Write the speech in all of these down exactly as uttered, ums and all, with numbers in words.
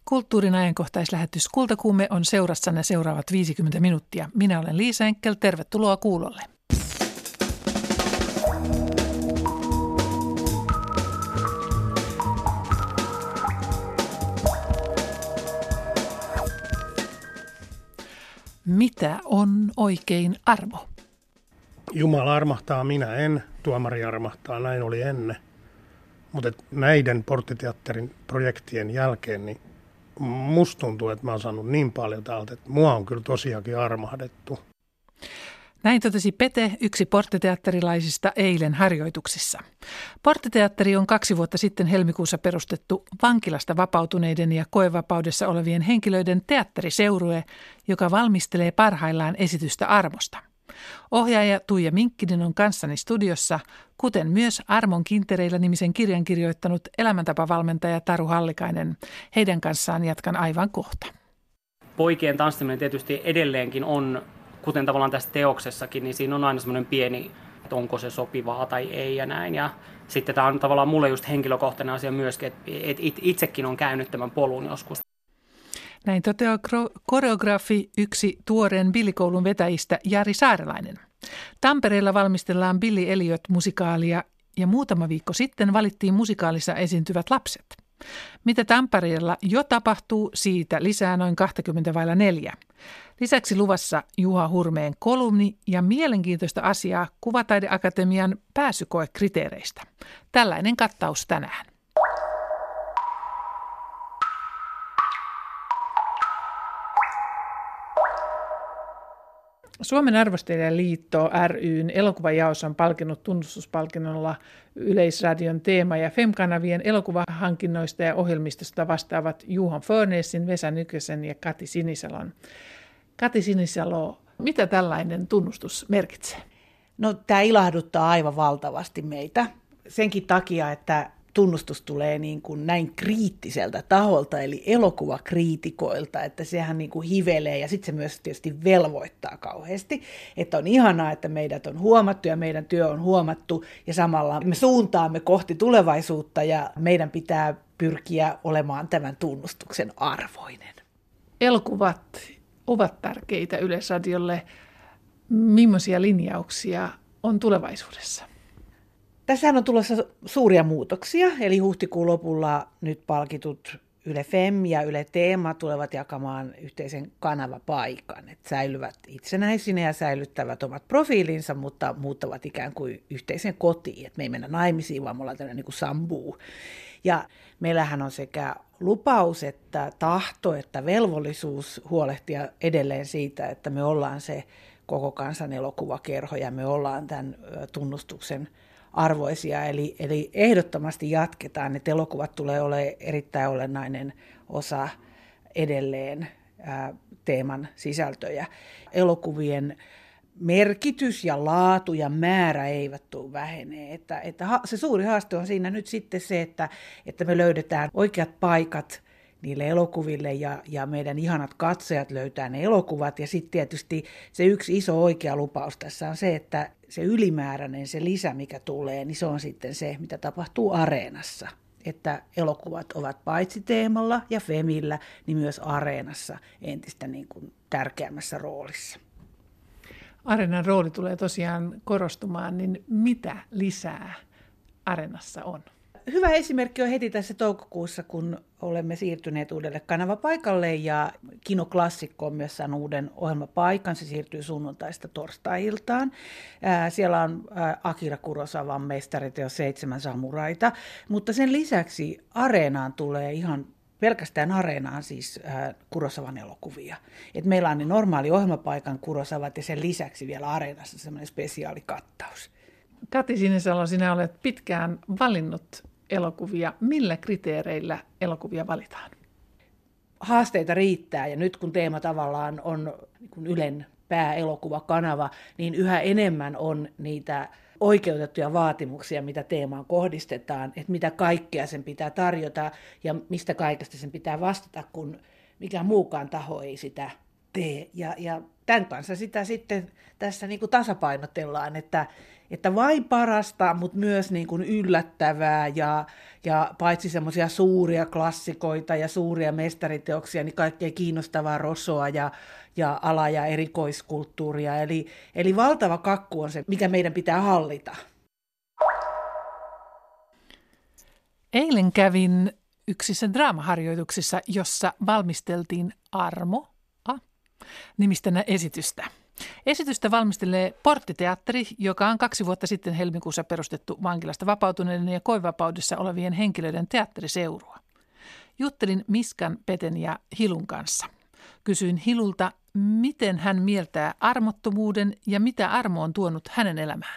Kulttuurin ajankohtaislähetys Kultakuume on seurassanne seuraavat viisikymmentä minuuttia. Minä olen Liisa Enkel, tervetuloa kuulolle. Mitä on oikein armo? Jumala armahtaa, minä en. Tuomari armahtaa, näin oli ennen. Mutta näiden Porttiteatterin projektien jälkeen niin musta tuntuu, että mä oon saanut niin paljon täältä, että mua on kyllä tosiaankin armahdettu. Näin totesi Pete, yksi porttiteatterilaisista eilen harjoituksissa. Porttiteatteri on kaksi vuotta sitten helmikuussa perustettu vankilasta vapautuneiden ja koevapaudessa olevien henkilöiden teatteriseurue, joka valmistelee parhaillaan esitystä armosta. Ohjaaja Tuija Minkkinen on kanssani studiossa, kuten myös Armon kintereillä -nimisen kirjan kirjoittanut elämäntapavalmentaja Taru Hallikainen. Heidän kanssaan jatkan aivan kohta. Poikien tanssiminen tietysti edelleenkin on, kuten tavallaan tässä teoksessakin, niin siinä on aina semmoinen pieni, että onko se sopivaa tai ei ja näin. Ja sitten tämä on tavallaan mulle just henkilökohtainen asia myöskin, että itsekin on käynyt tämän polun joskus. Näin toteaa koreografi, yksi tuoreen Billikoulun vetäjistä, Jari Saarelainen. Tampereella valmistellaan Billy Elliot-musikaalia ja muutama viikko sitten valittiin musikaalissa esiintyvät lapset. Mitä Tampereella jo tapahtuu, siitä lisää noin kaksikymmentä vailla neljä. Lisäksi luvassa Juha Hurmeen kolumni ja mielenkiintoista asiaa Kuvataideakatemian pääsykoekriteereistä. Tällainen kattaus tänään. Suomen arvostelijaliitto ry:n elokuvajaos on palkinnut tunnustuspalkinnolla Yleisradion teema- ja F E M-kanavien elokuvahankinnoista ja ohjelmistosta vastaavat Juhan Förnesin, Vesa Nykäsen ja Kati Sinisalon. Kati Sinisalo, mitä tällainen tunnustus merkitsee? No, tämä ilahduttaa aivan valtavasti meitä senkin takia, että tunnustus tulee niin kuin näin kriittiseltä taholta, eli elokuvakriitikoilta, että sehän niin kuin hivelee ja sitten se myös tietysti velvoittaa kauheasti, että on ihanaa, että meidät on huomattu ja meidän työ on huomattu ja samalla me suuntaamme kohti tulevaisuutta ja meidän pitää pyrkiä olemaan tämän tunnustuksen arvoinen. Elokuvat ovat tärkeitä Yleisradiolle. Millaisia linjauksia on tulevaisuudessa? Tässähän on tulossa suuria muutoksia, eli huhtikuun lopulla nyt palkitut Yle F E M ja Yle Teema tulevat jakamaan yhteisen kanavapaikan, että säilyvät itsenäisinä ja säilyttävät omat profiilinsa, mutta muuttavat ikään kuin yhteisen kotiin, että me ei mennä naimisiin, vaan me ollaan tämmöinen niin kuin sambuu. Ja meillähän on sekä lupaus että tahto että velvollisuus huolehtia edelleen siitä, että me ollaan se koko kansan elokuvakerho ja me ollaan tämän tunnustuksen arvoisia, eli, eli ehdottomasti jatketaan, että elokuvat tulee olemaan erittäin olennainen osa edelleen ää, teeman sisältöjä. Elokuvien merkitys ja laatu ja määrä eivät tule vähenee. Että, että ha, se suuri haaste on siinä nyt sitten se, että, että me löydetään oikeat paikat niille elokuville ja, ja meidän ihanat katsojat löytää ne elokuvat. Ja sitten tietysti se yksi iso oikea lupaus tässä on se, että se ylimääräinen, se lisä, mikä tulee, niin se on sitten se, mitä tapahtuu areenassa. Että elokuvat ovat paitsi teemalla ja Femillä, niin myös areenassa entistä niin kuin tärkeämmässä roolissa. Areenan rooli tulee tosiaan korostumaan, niin mitä lisää areenassa on? Hyvä esimerkki on heti tässä toukokuussa, kun olemme siirtyneet uudelle kanavapaikalle ja Kino Klassikko on myös saanut uuden ohjelmapaikan. Se siirtyy sunnuntaista torstai-iltaan. Siellä on Akira Kurosawan mestariteos Seitsemän samuraita, mutta sen lisäksi areenaan tulee ihan pelkästään areenaan siis Kurosawan elokuvia. Et meillä on niin normaali ohjelmapaikan Kurosavat ja sen lisäksi vielä areenassa semmoinen spesiaalikattaus. Kati Sinisalo, sinä olet pitkään valinnut elokuvia. Millä kriteereillä elokuvia valitaan? Haasteita riittää ja nyt kun teema tavallaan on kun Ylen pääelokuvakanava, niin yhä enemmän on niitä oikeutettuja vaatimuksia, mitä teemaan kohdistetaan, että mitä kaikkea sen pitää tarjota ja mistä kaikesta sen pitää vastata, kun mikään muukaan taho ei sitä tee. Ja, ja tämän kanssa sitä sitten tässä niin kuin tasapainotellaan, että että vain parasta, mutta myös niin kuin yllättävää ja, ja paitsi semmoisia suuria klassikoita ja suuria mestariteoksia, niin kaikkea kiinnostavaa rosoa ja, ja ala- ja erikoiskulttuuria. Eli, eli valtava kakku on se, mikä meidän pitää hallita. Eilen kävin yksissä draamaharjoituksissa, jossa valmisteltiin Armo nimistä esitystä. Esitystä valmistelee Porttiteatteri, joka on kaksi vuotta sitten helmikuussa perustettu vankilasta vapautuneiden ja koevapaudessa olevien henkilöiden teatteriseurua. Juttelin Miskan, Peten ja Hilun kanssa. Kysyin Hilulta, miten hän mieltää armottomuuden ja mitä armo on tuonut hänen elämään.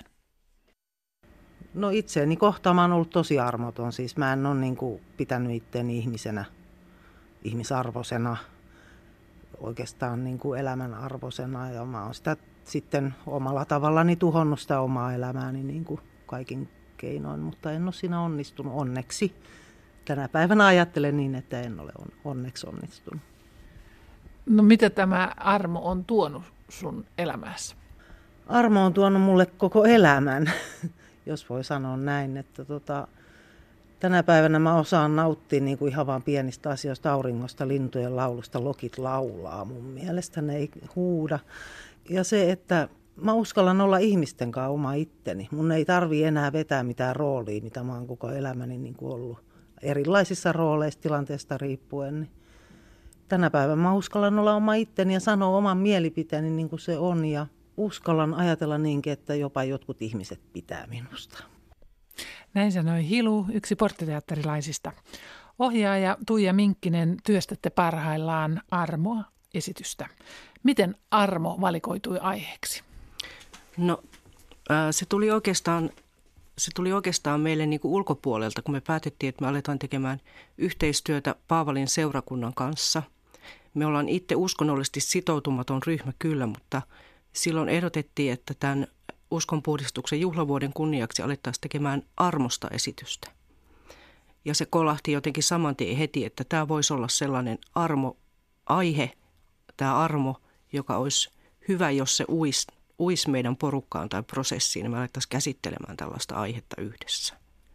No itseäni kohtaan mä oon ollut tosi armoton. Siis mä en ole niin kuin pitänyt itseäni ihmisenä, ihmisarvoisena, oikeastaan niin kuin elämän arvoisena. Ja mä oon sitä sitten omalla tavallani tuhonnut sitä omaa elämääni niin kuin kaikin keinoin, mutta en ole siinä onnistunut onneksi. Tänä päivänä ajattelen niin, että en ole onneksi onnistunut. No mitä tämä armo on tuonut sun elämässä? Armo on tuonut mulle koko elämän. Jos voi sanoa näin, että tota, tänä päivänä mä osaan nauttia niin kuin ihan vaan pienistä asioista, auringosta, lintujen laulusta, lokit laulaa mun mielestä, ne ei huuda. Ja se, että mä uskallan olla ihmisten kanssa oma itteni. Mun ei tarvii enää vetää mitään roolia, mitä mä oon koko elämäni niin kuin ollut erilaisissa rooleissa tilanteesta riippuen. Niin tänä päivänä mä uskallan olla oma itteni ja sanoa oman mielipiteeni niin kuin se on ja uskallan ajatella niinkin, että jopa jotkut ihmiset pitää minusta. Näin sanoi Hilu, yksi porttiteatterilaisista. Ohjaaja Tuija Minkkinen, työstätte parhaillaan Armoa-esitystä. Miten Armo valikoitui aiheeksi? No se tuli oikeastaan, se tuli oikeastaan meille niin kuin ulkopuolelta, kun me päätettiin, että me aletaan tekemään yhteistyötä Paavalin seurakunnan kanssa. Me ollaan itse uskonnollisesti sitoutumaton ryhmä kyllä, mutta silloin ehdotettiin, että tämän uskonpuhdistuksen juhlavuoden kunniaksi alettaisiin tekemään armosta esitystä. Ja se kolahti jotenkin saman tien heti, että tämä voisi olla sellainen armo-aihe, tämä armo, joka olisi hyvä, jos se uisi, uisi meidän porukkaan tai prosessiin, ja me alettaisiin käsittelemään tällaista aihetta yhdessä.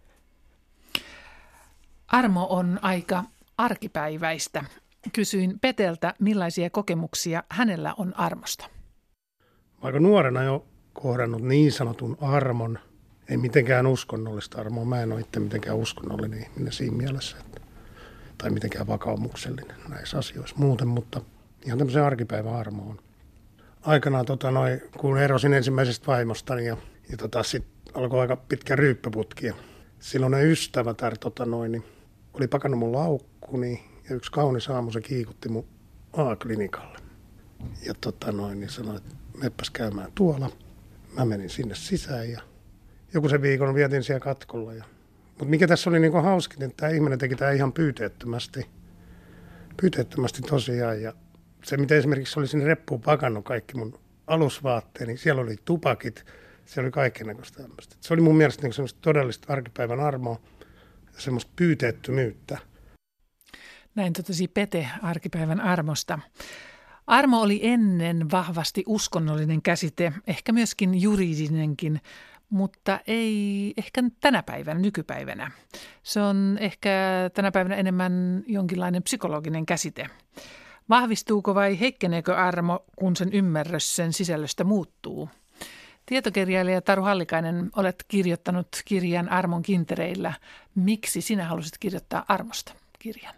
Armo on aika arkipäiväistä. Kysyin Peteltä, millaisia kokemuksia hänellä on armosta. Aika nuorena jo kohdannut niin sanotun armon, ei mitenkään uskonnollista armoa. Mä en ole itse mitenkään uskonnollinen ihminen siinä mielessä, että, tai mitenkään vakaumuksellinen näissä asioissa muuten, mutta ihan tämmöisen arkipäivän armo on. Aikanaan, tota, noi, kun erosin ensimmäisestä vaimostani ja, ja tota, sitten alkoi aika pitkä ryyppöputki. Ja silloin ne ystävät tota, noin, niin oli pakannut mun laukkuni ja yksi kaunis aamu se kiikutti mun A-klinikalle. Ja tota, noin, niin sanoi, että meppäs käymään tuolla. Mä menin sinne sisään ja joku sen viikon vietin siellä katkolla. Ja... Mutta mikä tässä oli niin hauskin, että tämä ihminen teki tämä ihan pyyteettömästi. Pyyteettömästi tosiaan. Ja se, mitä esimerkiksi oli sinne reppuun pakannut kaikki mun alusvaatteeni, siellä oli tupakit, siellä oli kaikennäköistä tämmöistä. Se oli mun mielestä niin semmoista todellista arkipäivän armoa ja semmoista pyyteettömyyttä. Näin totesi Pete arkipäivän armosta. Armo oli ennen vahvasti uskonnollinen käsite, ehkä myöskin juridinenkin, mutta ei ehkä tänä päivänä, nykypäivänä. Se on ehkä tänä päivänä enemmän jonkinlainen psykologinen käsite. Vahvistuuko vai heikkeneekö armo, kun sen ymmärrys sen sisällöstä muuttuu? Tietokirjailija Taru Hallikainen, olet kirjoittanut kirjan Armon kintereillä. Miksi sinä halusit kirjoittaa armosta kirjan?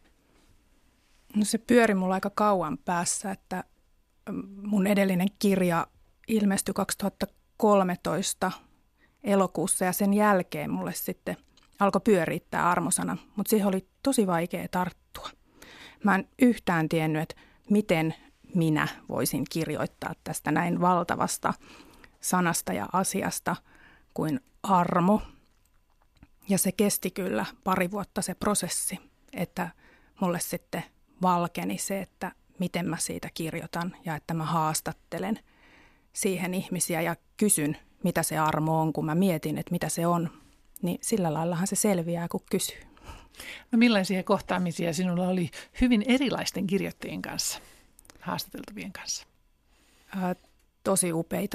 No se pyöri mulla aika kauan päässä, että mun edellinen kirja ilmestyi kaksituhattakolmetoista elokuussa ja sen jälkeen mulle sitten alkoi pyöriä tämä armosana, mutta siihen oli tosi vaikea tarttua. Mä en yhtään tiennyt, että miten minä voisin kirjoittaa tästä näin valtavasta sanasta ja asiasta kuin armo. Ja se kesti kyllä pari vuotta se prosessi, että mulle sitten valkeni se, että miten mä siitä kirjoitan ja että mä haastattelen siihen ihmisiä ja kysyn, mitä se armo on, kun mä mietin, että mitä se on. Niin sillä laillahan se selviää, kun kysyy. No millaisia kohtaamisia sinulla oli hyvin erilaisten kirjoittajien kanssa, haastateltavien kanssa? Ää, tosi upeita.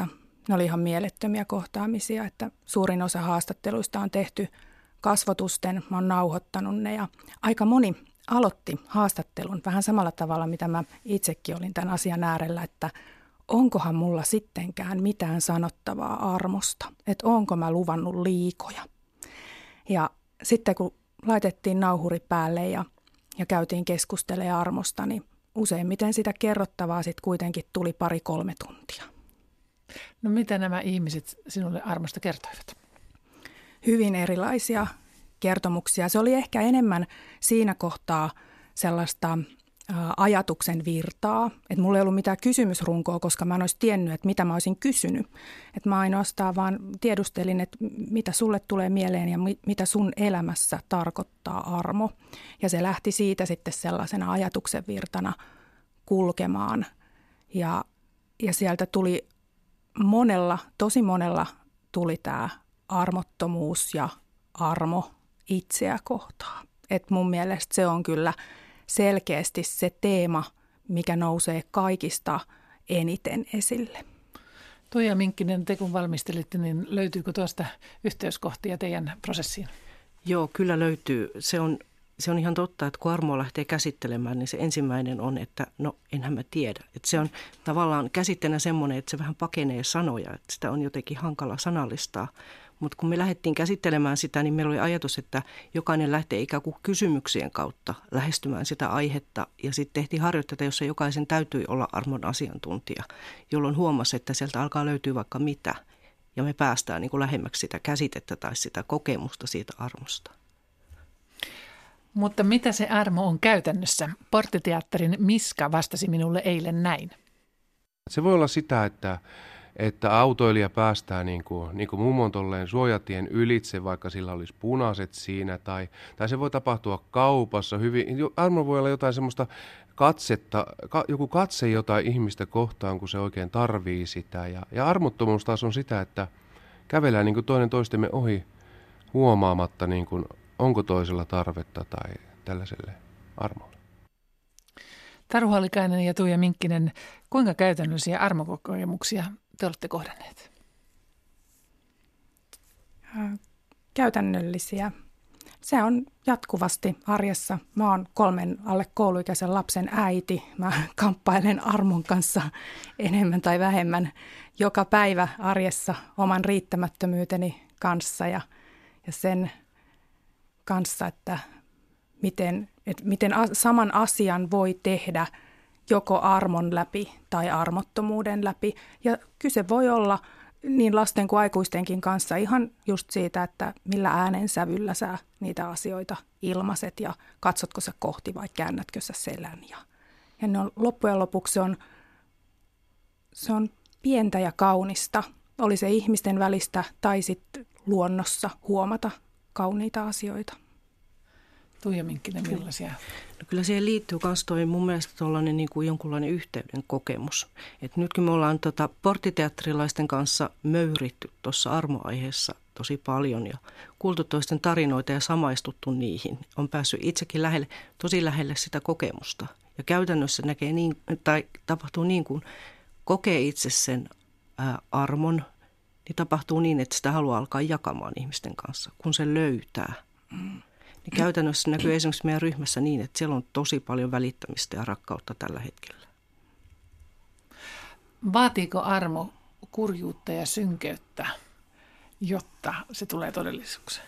Ne oli ihan mielettömiä kohtaamisia, että suurin osa haastatteluista on tehty kasvotusten, mä oon nauhoittanut ne ja aika moni aloitti haastattelun vähän samalla tavalla, mitä mä itsekin olin tämän asian äärellä, että onkohan mulla sittenkään mitään sanottavaa armosta, että onko mä luvannut liikoja. Ja sitten kun laitettiin nauhuri päälle ja, ja käytiin keskustelemaan armosta, niin useimmiten sitä kerrottavaa sitten kuitenkin tuli pari-kolme tuntia. No mitä nämä ihmiset sinulle armosta kertoivat? Hyvin erilaisia kertomuksia. Se oli ehkä enemmän siinä kohtaa sellaista ajatuksen virtaa, että mulla ei ollut mitään kysymysrunkoa, koska mä en olisi tiennyt, että mitä mä olisin kysynyt. Että mä ainoastaan vaan tiedustelin, että mitä sulle tulee mieleen ja mitä sun elämässä tarkoittaa armo. Ja se lähti siitä sitten sellaisena ajatuksen virtana kulkemaan. Ja, ja sieltä tuli monella, tosi monella tuli tämä armottomuus ja armo itseä kohtaan. Että mun mielestä se on kyllä selkeästi se teema, mikä nousee kaikista eniten esille. Tuija Minkkinen, te kun valmistelitte, niin löytyykö tuosta yhteyskohtia teidän prosessiin? Joo, kyllä löytyy. Se on, se on ihan totta, että kun armoa lähtee käsittelemään, niin se ensimmäinen on, että no enhän mä tiedä. Että se on tavallaan käsitteenä semmoinen, että se vähän pakenee sanoja, että sitä on jotenkin hankala sanallistaa. Mutta kun me lähdettiin käsittelemään sitä, niin meillä oli ajatus, että jokainen lähtee ikään kuin kysymyksien kautta lähestymään sitä aihetta. Ja sitten tehtiin harjoitteita, jossa jokaisen täytyi olla armon asiantuntija, jolloin huomasi, että sieltä alkaa löytyä vaikka mitä. Ja me päästään niin kuin lähemmäksi sitä käsitettä tai sitä kokemusta siitä armosta. Mutta mitä se armo on käytännössä? Porttiteatterin Miska vastasi minulle eilen näin. Se voi olla sitä, että... että autoilija päästää niin kuin, niin kuin mummon tolleen suojatien ylitse, vaikka sillä olisi punaiset siinä, tai, tai se voi tapahtua kaupassa hyvin. Armo voi olla jotain semmoista katsetta, ka, joku katse jotain ihmistä kohtaan, kun se oikein tarvii sitä. Ja, ja armottomuus taas on sitä, että kävellään niin kuin toinen toistemme ohi huomaamatta, niin kuin, onko toisella tarvetta tai tällaiselle armolle. Taru Hallikainen ja Tuija Minkkinen, kuinka käytännöllisiä armokokemuksia te olette kohdanneet? Käytännöllisiä. Se on jatkuvasti arjessa. Mä oon kolmen alle kouluikäisen lapsen äiti. Mä kamppailen armon kanssa enemmän tai vähemmän joka päivä arjessa oman riittämättömyyteni kanssa ja, ja sen kanssa, että miten, että miten saman asian voi tehdä joko armon läpi tai armottomuuden läpi. Ja kyse voi olla niin lasten kuin aikuistenkin kanssa ihan just siitä, että millä äänensävyllä sä niitä asioita ilmaiset ja katsotko sä kohti vai käännätkö sä selän. Ja, ja ne on, loppujen lopuksi se on, se on pientä ja kaunista. Oli se ihmisten välistä tai sitten luonnossa huomata kauniita asioita. Tuija Minkkinen, millaisia? No kyllä siihen liittyy myös toi mun mielestä tuollainen niin kuin jonkunlainen yhteyden kokemus. Et nyt kun me ollaan tota porttiteatterilaisten kanssa möyritty tuossa armoaiheessa tosi paljon ja kuultu toisten tarinoita ja samaistuttu niihin, on päässyt itsekin lähelle, tosi lähelle sitä kokemusta. Ja käytännössä näkee niin, tai tapahtuu niin kuin kokee itse sen ää, armon, niin tapahtuu niin, että sitä haluaa alkaa jakamaan ihmisten kanssa, kun se löytää. Mm. Niin käytännössä näkyy esimerkiksi meidän ryhmässä niin, että siellä on tosi paljon välittämistä ja rakkautta tällä hetkellä. Vaatiiko armo kurjuutta ja synkeyttä, jotta se tulee todellisuuteen?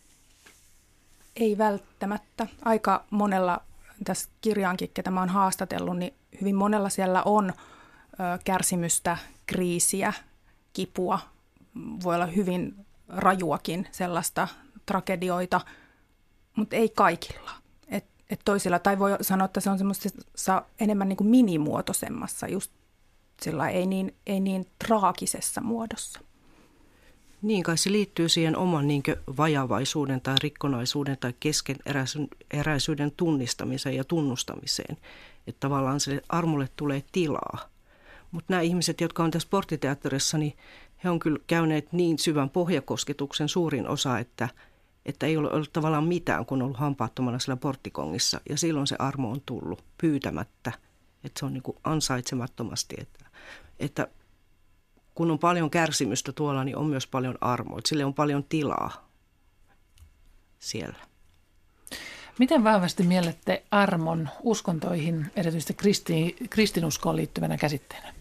Ei välttämättä. Aika monella tässä kirjaankin, ketä mä oon haastatellut, niin hyvin monella siellä on ö, kärsimystä, kriisiä, kipua. Voi olla hyvin rajuakin sellaista tragedioita, mutta ei kaikilla. Et, et toisilla, tai voi sanoa, että se on semmoisessa enemmän niin kuin minimuotoisemmassa, just sillä ei niin, ei niin traagisessa muodossa. Niin kai se liittyy siihen oman niin kuin vajavaisuuden tai rikkonaisuuden tai keskeneräisyyden tunnistamiseen ja tunnustamiseen. Että tavallaan sille armolle tulee tilaa. Mutta nämä ihmiset, jotka on tässä porttiteatterissa, niin he on kyllä käyneet niin syvän pohjakosketuksen suurin osa, että että ei ole ollut tavallaan mitään, kun on ollut hampaattomana siellä porttikongissa. Ja silloin se armo on tullut pyytämättä, että se on niin kuin ansaitsemattomasti. Että, että kun on paljon kärsimystä tuolla, niin on myös paljon armoa. Sille on paljon tilaa siellä. Miten vahvasti miellätte armon uskontoihin, erityisesti kristi, kristinuskoon liittyvänä käsitteenä?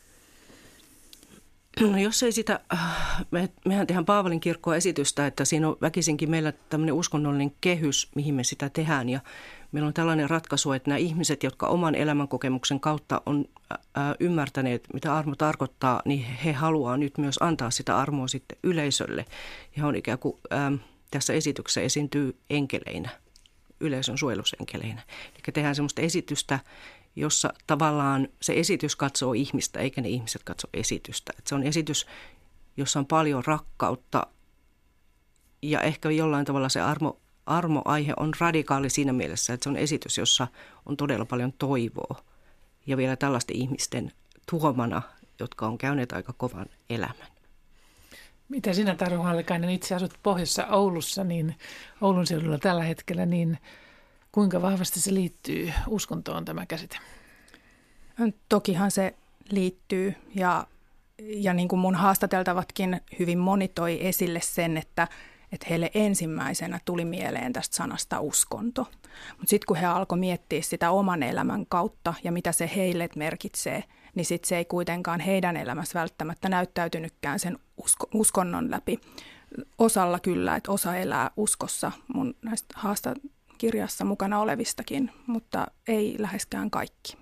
No jos ei sitä, me, mehän tehdään Paavalin kirkkoa esitystä, että siinä on väkisinkin meillä tämmöinen uskonnollinen kehys, mihin me sitä tehdään. Ja meillä on tällainen ratkaisu, että nämä ihmiset, jotka oman elämänkokemuksen kautta on ää, ymmärtäneet, mitä armo tarkoittaa, niin he haluaa nyt myös antaa sitä armoa sitten yleisölle. Ja on ikään kuin ää, tässä esityksessä esiintyy enkeleinä, yleisön suojelusenkeleinä. Eli tehdään semmoista esitystä, jossa tavallaan se esitys katsoo ihmistä, eikä ne ihmiset katso esitystä. Et se on esitys, jossa on paljon rakkautta ja ehkä jollain tavalla se armo, armoaihe on radikaali siinä mielessä, että se on esitys, jossa on todella paljon toivoa ja vielä tällaisten ihmisten tuomana, jotka on käyneet aika kovan elämän. Miten sinä, Taru Hallikainen, itse asut pohjoissa Oulussa, niin Oulun seudulla tällä hetkellä, niin kuinka vahvasti se liittyy uskontoon tämä käsite? Tokihan se liittyy ja, ja niin kuin mun haastateltavatkin hyvin moni toi esille sen, että, että heille ensimmäisenä tuli mieleen tästä sanasta uskonto. Mutta sitten kun he alkoi miettiä sitä oman elämän kautta ja mitä se heille merkitsee, niin sitten se ei kuitenkaan heidän elämässä välttämättä näyttäytynytkään sen usko, uskonnon läpi. Osalla kyllä, että osa elää uskossa mun näistä haastakirjassa mukana olevistakin, mutta ei läheskään kaikki.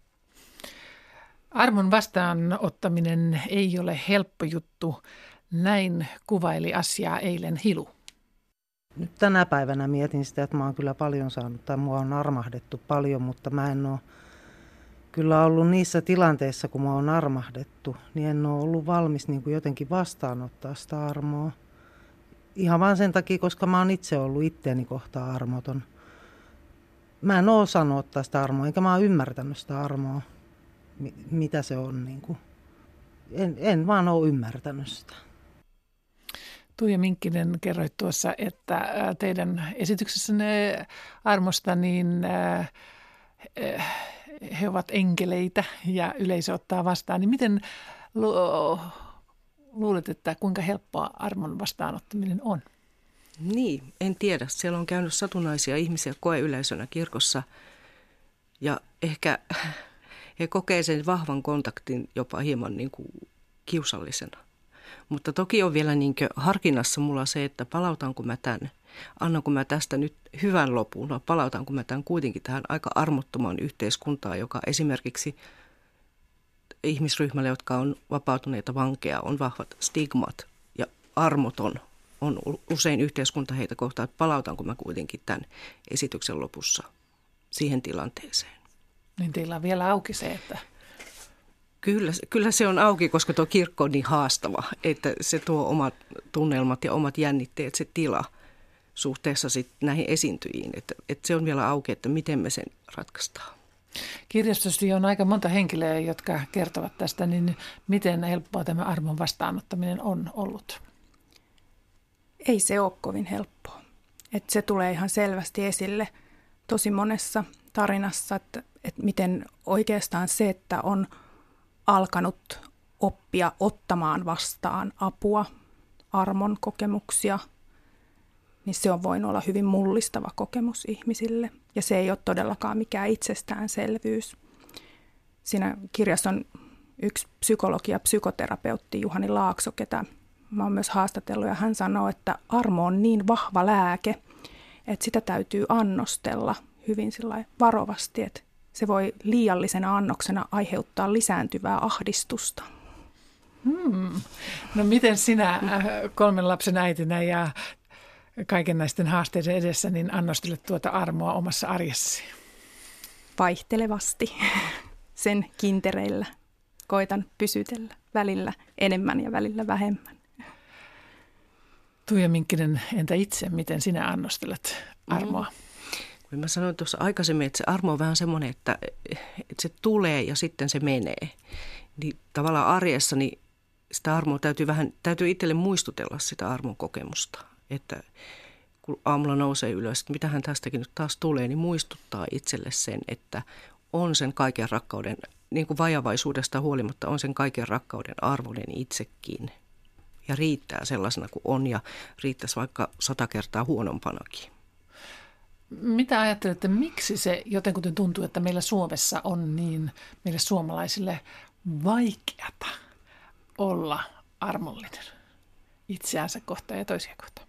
Armon vastaanottaminen ei ole helppo juttu. Näin kuvaili asiaa eilen Hilu. Nyt tänä päivänä mietin sitä, että mä oon kyllä paljon saanut, tai mua on armahdettu paljon, mutta mä en ole kyllä ollut niissä tilanteissa, kun mä oon armahdettu, niin en ole ollut valmis niin kuin jotenkin vastaanottaa sitä armoa. Ihan vaan sen takia, koska mä oon itse ollut itteeni kohtaan armoton. Mä en ole osannut ottaa sitä armoa, enkä mä oon ymmärtänyt sitä armoa, mitä se on. Niin kuin. En, en vaan ole ymmärtänyt sitä. Tuija Minkkinen, kerroit tuossa, että teidän esityksessänne armosta, niin he ovat enkeleitä ja yleisö ottaa vastaan. Niin miten lu- luulet, että kuinka helppoa armon vastaanottaminen on? Niin, en tiedä. Siellä on käynyt satunnaisia ihmisiä koeyleisönä kirkossa ja ehkä he kokee sen vahvan kontaktin jopa hieman niin kuin kiusallisena. Mutta toki on vielä niin kuin harkinnassa mulla se, että palautanko mä tämän, annanko mä tästä nyt hyvän lopun, vai palautanko mä tämän kuitenkin tähän aika armottomaan yhteiskuntaan, joka esimerkiksi ihmisryhmälle, jotka on vapautuneita vankeja, on vahvat stigmat ja armoton on usein yhteiskunta heitä kohtaan, että palautanko mä kuitenkin tämän esityksen lopussa siihen tilanteeseen. Niin teillä on vielä auki se, että... Kyllä, kyllä se on auki, koska tuo kirkko on niin haastava, että se tuo omat tunnelmat ja omat jännitteet, se tila suhteessa sitten näihin esiintyjiin. Että, että se on vielä auki, että miten me sen ratkaistaan. Kirjastossa on aika monta henkilöä, jotka kertovat tästä, niin miten helppoa tämä armon vastaanottaminen on ollut? Ei se ole kovin helppoa. Että se tulee ihan selvästi esille tosi monessa tarinassa, että, että miten oikeastaan se, että on alkanut oppia ottamaan vastaan apua, armon kokemuksia, niin se on voinut olla hyvin mullistava kokemus ihmisille. Ja se ei ole todellakaan mikään itsestäänselvyys. Siinä kirjassa on yksi psykologi ja psykoterapeutti Juhani Laakso, ketä mä oon myös haastatellut, ja hän sanoo, että armo on niin vahva lääke, että sitä täytyy annostella hyvin varovasti, että se voi liiallisena annoksena aiheuttaa lisääntyvää ahdistusta. Hmm. No miten sinä kolmen lapsen äitinä ja kaiken näisten haasteiden edessä niin annostelet tuota armoa omassa arjessasi? Vaihtelevasti, sen kintereillä. Koitan pysytellä välillä enemmän ja välillä vähemmän. Tuija Minkkinen, entä itse, miten sinä annostelet armoa? Mm. Mä sanoin tuossa aikaisemmin, että se armo on vähän semmoinen, että, että se tulee ja sitten se menee. Niin tavallaan arjessa niin sitä armoa täytyy vähän, täytyy itselle muistutella sitä armon kokemusta. Että kun aamulla nousee ylös, että mitähän tästäkin nyt taas tulee, niin muistuttaa itselle sen, että on sen kaiken rakkauden niin kuin vajavaisuudesta huolimatta on sen kaiken rakkauden arvoinen itsekin. Ja riittää sellaisena kuin on ja riittäisi vaikka sata kertaa huonompanakin. Mitä ajattelette, miksi se jotenkin tuntuu, että meillä Suomessa on niin meille suomalaisille vaikeata olla armollinen itseänsä kohtaan ja toisia kohtaan?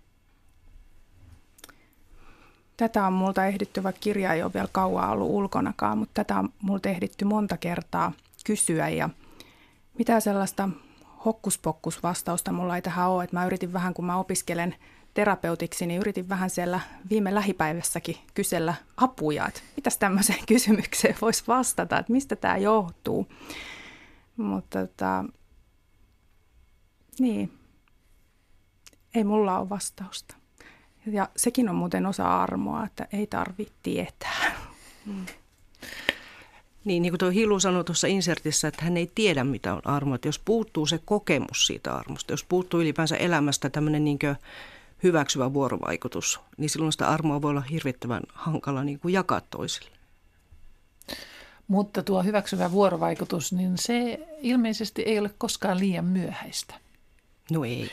Tätä on multa ehditty, vaikka kirja ei ole vielä kauan ollut ulkonakaan, mutta tätä on multa ehditty monta kertaa kysyä. Ja mitä sellaista hokkuspokkusvastausta mulla ei tähän ole, että mä yritin vähän, kun mä opiskelen terapeutiksi, niin yritin vähän siellä viime lähipäivässäkin kysellä apuja, että mitäs tämmöiseen kysymykseen voisi vastata, että mistä tämä johtuu. Mutta tota, niin, ei mulla ole vastausta. Ja sekin on muuten osa armoa, että ei tarvitse tietää. Mm. Niin, niin kuin tuo Hilu sanoi tuossa insertissä, että hän ei tiedä, mitä on armo. Että jos puuttuu se kokemus siitä armosta, jos puuttuu ylipäänsä elämästä tämmöinen niin kuin hyväksyvä vuorovaikutus, niin silloin sitä armoa voi olla hirvittävän hankala niin kuin jakaa toisille. Mutta tuo hyväksyvä vuorovaikutus, niin se ilmeisesti ei ole koskaan liian myöhäistä. No ei.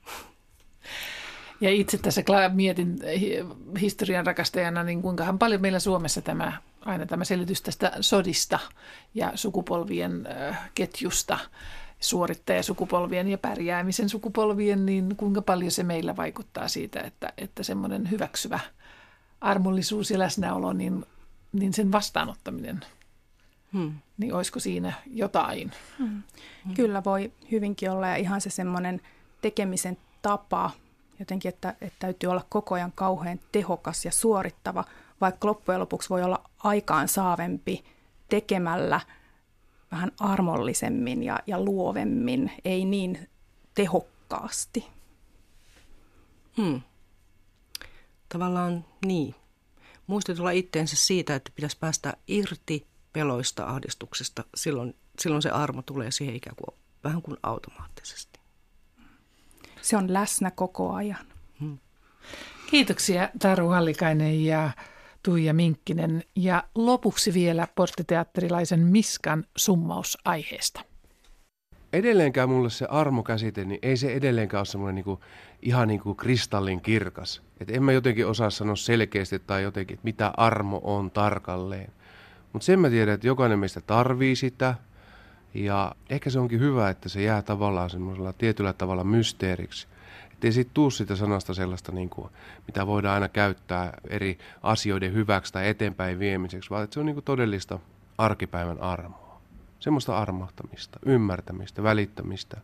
Ja itse tässä mietin historian rakastajana, niin kuinkahan paljon meillä Suomessa tämä, aina tämä selitys tästä sodista ja sukupolvien ketjusta, suorittajasukupolvien ja pärjäämisen sukupolvien, niin kuinka paljon se meillä vaikuttaa siitä, että, että semmoinen hyväksyvä armollisuus ja läsnäolo, niin, niin sen vastaanottaminen, hmm. niin olisiko siinä jotain? Hmm. Kyllä voi hyvinkin olla ja ihan se semmoinen tekemisen tapa, jotenkin, että, että täytyy olla koko ajan kauhean tehokas ja suorittava, vaikka loppujen lopuksi voi olla aikaansaavempi tekemällä vähän armollisemmin ja, ja luovemmin, ei niin tehokkaasti. Hmm. Tavallaan niin. Muistutulla itteensä siitä, että pitäisi päästä irti peloista, ahdistuksesta. Silloin, silloin se armo tulee siihen ikään kuin vähän kuin automaattisesti. Se on läsnä koko ajan. Hmm. Kiitoksia Taru Hallikainen ja Tuija Minkkinen. Ja lopuksi vielä porttiteatterilaisen Miskan summaus aiheesta. Edelleenkään mulle se armokäsite, niin ei se edelleenkään ole semmoinen niinku, ihan niin kuin kristallin kirkas. Et en mä jotenkin osaa sanoa selkeästi tai jotenkin, että mitä armo on tarkalleen. Mutta sen mä tiedän, että jokainen meistä tarvii sitä. Ja ehkä se onkin hyvä, että se jää tavallaan semmoisella tietyllä tavalla mysteeriksi. Että ei siitä tuu sitä sanasta sellaista, niin kuin, mitä voidaan aina käyttää eri asioiden hyväksi tai eteenpäin viemiseksi, vaan että se on niin kuin todellista arkipäivän armoa. Semmoista armahtamista, ymmärtämistä, välittämistä.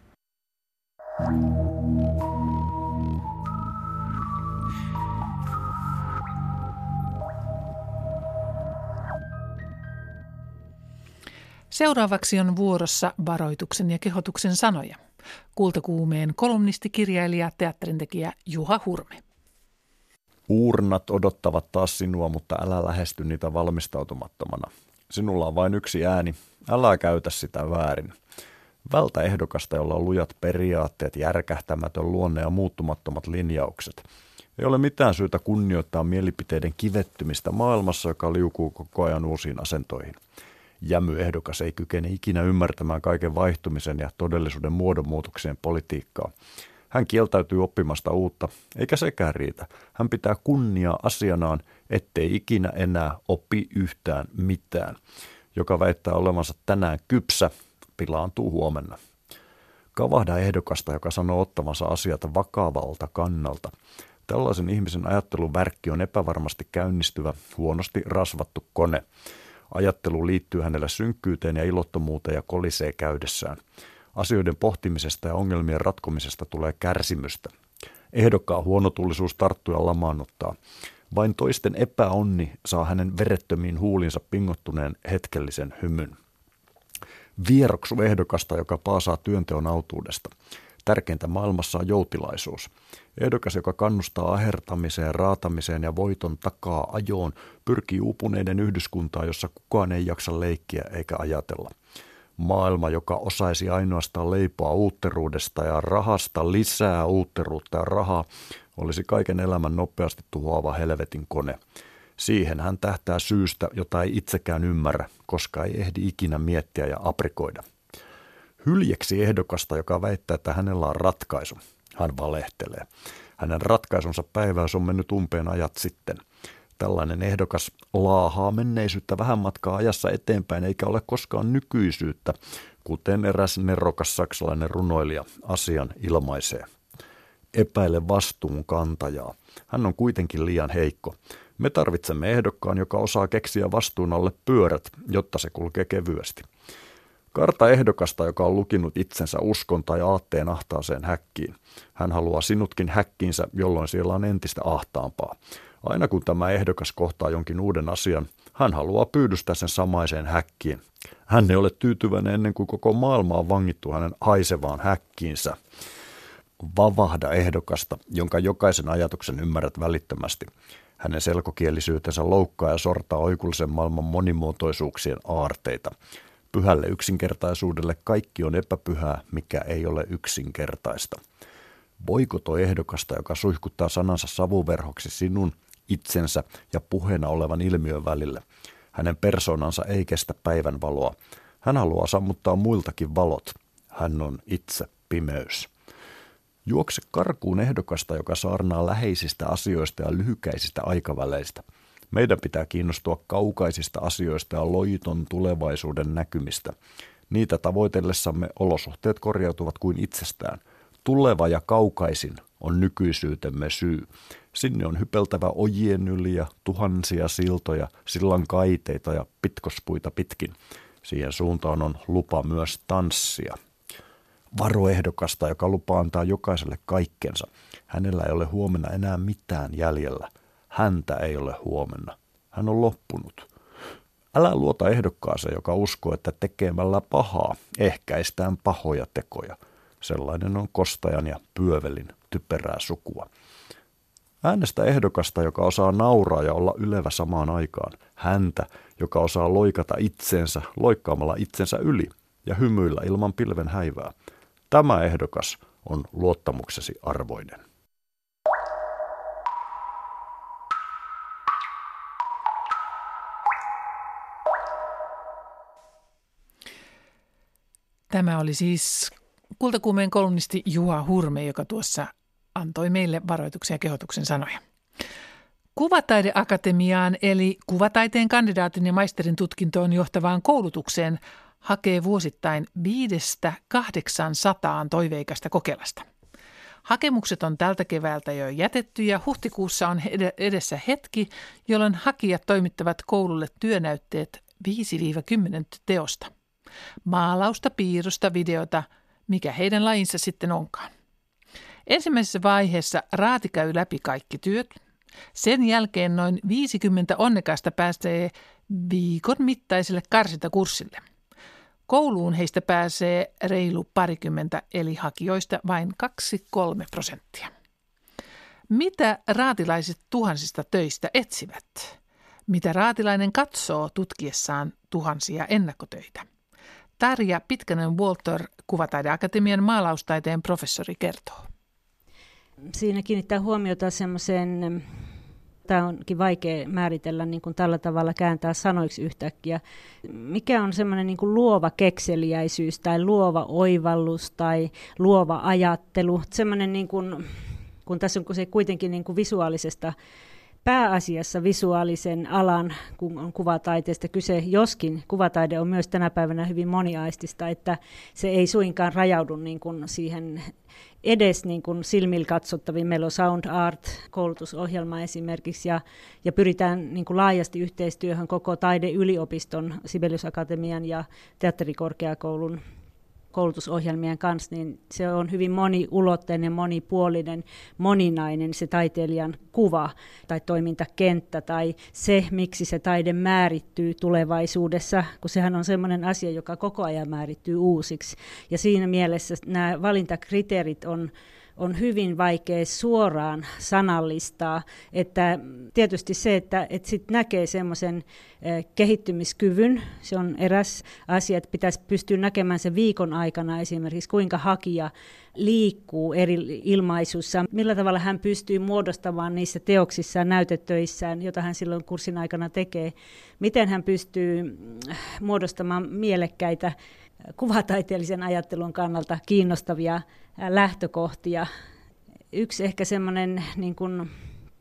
Seuraavaksi on vuorossa varoituksen ja kehotuksen sanoja. Kultakuumeen kolumnisti, kirjailija, teatterintekijä Juha Hurme. Uurnat odottavat taas sinua, mutta älä lähesty niitä valmistautumattomana. Sinulla on vain yksi ääni, älä käytä sitä väärin. Vältä ehdokasta, jolla on lujat periaatteet, järkähtämätön luonne ja muuttumattomat linjaukset. Ei ole mitään syytä kunnioittaa mielipiteiden kivettymistä maailmassa, joka liukuu koko ajan uusiin asentoihin. Jämy-ehdokas ei kykene ikinä ymmärtämään kaiken vaihtumisen ja todellisuuden muodonmuutoksien politiikkaa. Hän kieltäytyy oppimasta uutta, eikä sekään riitä. Hän pitää kunniaa asianaan, ettei ikinä enää oppi yhtään mitään. Joka väittää olevansa tänään kypsä, pilaantuu huomenna. Kavahda ehdokasta, joka sanoo ottavansa asiat vakavalta kannalta. Tällaisen ihmisen ajattelun värkki on epävarmasti käynnistyvä, huonosti rasvattu kone. Ajattelu liittyy hänellä synkkyyteen ja ilottomuuteen ja kolisee käydessään. Asioiden pohtimisesta ja ongelmien ratkomisesta tulee kärsimystä. Ehdokkaan huonotullisuus tarttuu ja lamaannuttaa. Vain toisten epäonni saa hänen verettömiin huulinsa pingottuneen hetkellisen hymyn. Vieroksu ehdokasta, joka paasaa työnteon autuudesta. Tärkeintä maailmassa on joutilaisuus. Ehdokas, joka kannustaa ahertamiseen, raatamiseen ja voiton takaa ajoon, pyrkii uupuneiden yhdyskuntaan, jossa kukaan ei jaksa leikkiä eikä ajatella. Maailma, joka osaisi ainoastaan leipoa uutteruudesta ja rahasta lisää uutteruutta ja rahaa, olisi kaiken elämän nopeasti tuhoava helvetin kone. Siihen hän tähtää syystä, jota ei itsekään ymmärrä, koska ei ehdi ikinä miettiä ja aprikoida. Hyljeksi ehdokasta, joka väittää, että hänellä on ratkaisu. Hän valehtelee. Hänen ratkaisunsa päiväys on mennyt umpeen ajat sitten. Tällainen ehdokas laahaa menneisyyttä vähän matkaa ajassa eteenpäin eikä ole koskaan nykyisyyttä, kuten eräs nerokas saksalainen runoilija asian ilmaisee. Epäile vastuun kantajaa. Hän on kuitenkin liian heikko. Me tarvitsemme ehdokkaan, joka osaa keksiä vastuun alle pyörät, jotta se kulkee kevyesti. Karta ehdokasta, joka on lukinut itsensä uskon tai aatteen ahtaaseen häkkiin. Hän haluaa sinutkin häkkiinsä, jolloin siellä on entistä ahtaampaa. Aina kun tämä ehdokas kohtaa jonkin uuden asian, hän haluaa pyydystää sen samaiseen häkkiin. Hän ei ole tyytyväinen ennen kuin koko maailma on vangittu hänen haisevaan häkkiinsä. Vavahda ehdokasta, jonka jokaisen ajatuksen ymmärrät välittömästi. Hänen selkokielisyytensä loukkaa ja sortaa oikullisen maailman monimuotoisuuksien aarteita. Pyhälle yksinkertaisuudelle kaikki on epäpyhää, mikä ei ole yksinkertaista. Boikotoi ehdokasta, joka suihkuttaa sanansa savuverhoksi sinun, itsensä ja puheena olevan ilmiön välille. Hänen persoonansa ei kestä päivänvaloa. Hän haluaa sammuttaa muiltakin valot. Hän on itse pimeys. Juokse karkuun ehdokasta, joka saarnaa läheisistä asioista ja lyhykäisistä aikaväleistä. Meidän pitää kiinnostua kaukaisista asioista ja loiton tulevaisuuden näkymistä. Niitä tavoitellessamme olosuhteet korjautuvat kuin itsestään. Tuleva ja kaukaisin on nykyisyytemme syy. Sinne on hypeltävä ojien yli ja tuhansia siltoja, sillan kaiteita ja pitkospuita pitkin. Siihen suuntaan on lupa myös tanssia. Varo ehdokasta, joka lupaa antaa jokaiselle kaikkensa. Hänellä ei ole huomenna enää mitään jäljellä. Häntä ei ole huomenna. Hän on loppunut. Älä luota ehdokkaaseen, joka uskoo, että tekemällä pahaa ehkäistään pahoja tekoja. Sellainen on kostajan ja pyövelin typerää sukua. Äänestä ehdokasta, joka osaa nauraa ja olla ylevä samaan aikaan. Häntä, joka osaa loikata itseensä loikkaamalla itsensä yli ja hymyillä ilman pilven häivää. Tämä ehdokas on luottamuksesi arvoinen. Tämä oli siis Kultakuumeen kolumnisti Juha Hurme, joka tuossa antoi meille varoituksia ja kehotuksen sanoja. Kuvataideakatemiaan eli kuvataiteen kandidaatin ja maisterin tutkintoon johtavaan koulutukseen hakee vuosittain viidestä kahdeksansataan toiveikasta Kokelasta. Hakemukset on tältä keväältä jo jätetty ja huhtikuussa on edessä hetki, jolloin hakijat toimittavat koululle työnäytteet viisi kymmenen teosta. Maalausta, piirrosta, videota, mikä heidän lajinsa sitten onkaan. Ensimmäisessä vaiheessa raati käy läpi kaikki työt. Sen jälkeen noin viisikymmentä onnekasta pääsee viikon mittaiselle karsintakurssille. Kouluun heistä pääsee reilu parikymmentä, eli hakijoista vain kaksi kolme prosenttia. Mitä raatilaiset tuhansista töistä etsivät? Mitä raatilainen katsoo tutkiessaan tuhansia ennakkotöitä? Tarja Pitkänen-Walter, Kuvataideakatemian maalaustaiteen professori, kertoo. Siinä kiinnittää huomiota semmoiseen, tämä onkin vaikea määritellä niin kuin tällä tavalla kääntää sanoiksi yhtäkkiä. Mikä on semmoinen niin kuin luova kekseliäisyys tai luova oivallus tai luova ajattelu? Semmoinen, niin kuin, kun tässä on se kuitenkin niin kuin visuaalisesta, pääasiassa visuaalisen alan, kun on kuvataiteesta kyse, joskin kuvataide on myös tänä päivänä hyvin moniaistista, että se ei suinkaan rajaudu niin kuin siihen edes niin kuin silmillä katsottaviin. Meillä on Sound Art-koulutusohjelma esimerkiksi, ja, ja pyritään niin kuin laajasti yhteistyöhön koko taideyliopiston, Sibelius Akatemian ja teatterikorkeakoulun koulutusohjelmien kanssa, niin se on hyvin moniulotteinen, monipuolinen, moninainen se taiteilijan kuva tai toimintakenttä tai se, miksi se taide määrittyy tulevaisuudessa, kun sehän on sellainen asia, joka koko ajan määrittyy uusiksi. Ja siinä mielessä nämä valintakriteerit on on hyvin vaikea suoraan sanallistaa, että tietysti se, että, että sit näkee semmoisen kehittymiskyvyn, se on eräs asia, että pitäisi pystyä näkemään se viikon aikana esimerkiksi, kuinka hakija liikkuu eri ilmaisuissa, millä tavalla hän pystyy muodostamaan niissä teoksissaan, näytetöissään, jota hän silloin kurssin aikana tekee, miten hän pystyy muodostamaan mielekkäitä kuvataiteellisen ajattelun kannalta kiinnostavia lähtökohtia. Yksi ehkä semmoinen, niin kuin,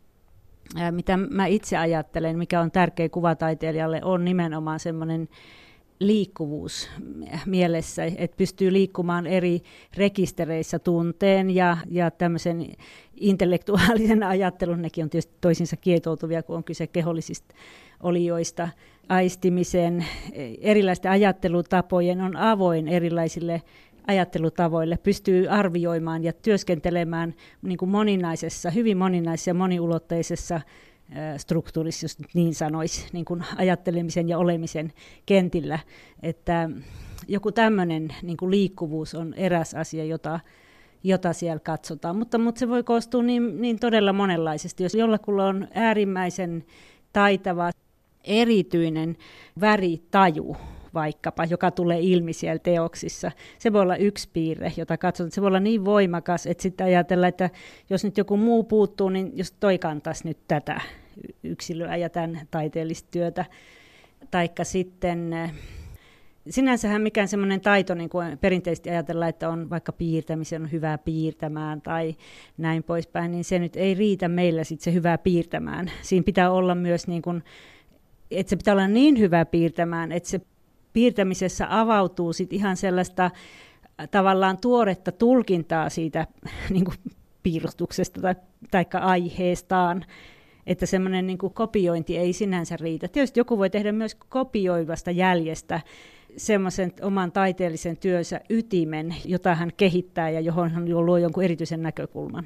mitä mä itse ajattelen, mikä on tärkeä kuvataiteilijalle, on nimenomaan semmoinen liikkuvuus mielessä, että pystyy liikkumaan eri rekistereissä tunteen ja, ja tämmöisen intellektuaalisen ajattelun, nekin on tietysti toisinsa kietoutuvia, kun on kyse kehollisista olioista, aistimisen, erilaisten ajattelutapojen on avoin erilaisille ajattelutavoille, pystyy arvioimaan ja työskentelemään niin kuin moninaisessa, hyvin moninaisessa ja moniulotteisessa struktuurissa, jos niin sanoisi, niin kuin ajattelemisen ja olemisen kentillä, että joku tämmöinen niin kuin liikkuvuus on eräs asia, jota, jota siellä katsotaan, mutta, mutta se voi koostua niin, niin todella monenlaisesti, jos jollakulla on äärimmäisen taitava, erityinen väritaju, vaikkapa, joka tulee ilmi siellä teoksissa. Se voi olla yksi piirre, jota katsotaan. Se voi olla niin voimakas, että sitten ajatellaan, että jos nyt joku muu puuttuu, niin jos toi kantaisi nyt tätä yksilöä ja tämän taiteellista työtä. Taikka sitten, sinänsähän mikään semmoinen taito, niin kuin perinteisesti ajatellaan, että on vaikka piirtämisen on hyvää piirtämään tai näin poispäin, niin se nyt ei riitä meillä sitten se hyvää piirtämään. Siinä pitää olla myös niin kuin, että se pitää olla niin hyvä piirtämään, että se piirtämisessä avautuu sit ihan sellaista tavallaan tuoretta tulkintaa siitä niin kuin piirustuksesta tai taikka aiheestaan, että semmoinen niin kuin kopiointi ei sinänsä riitä. Tietysti joku voi tehdä myös kopioivasta jäljestä semmoisen oman taiteellisen työnsä ytimen, jota hän kehittää ja johon hän luo jonkun erityisen näkökulman.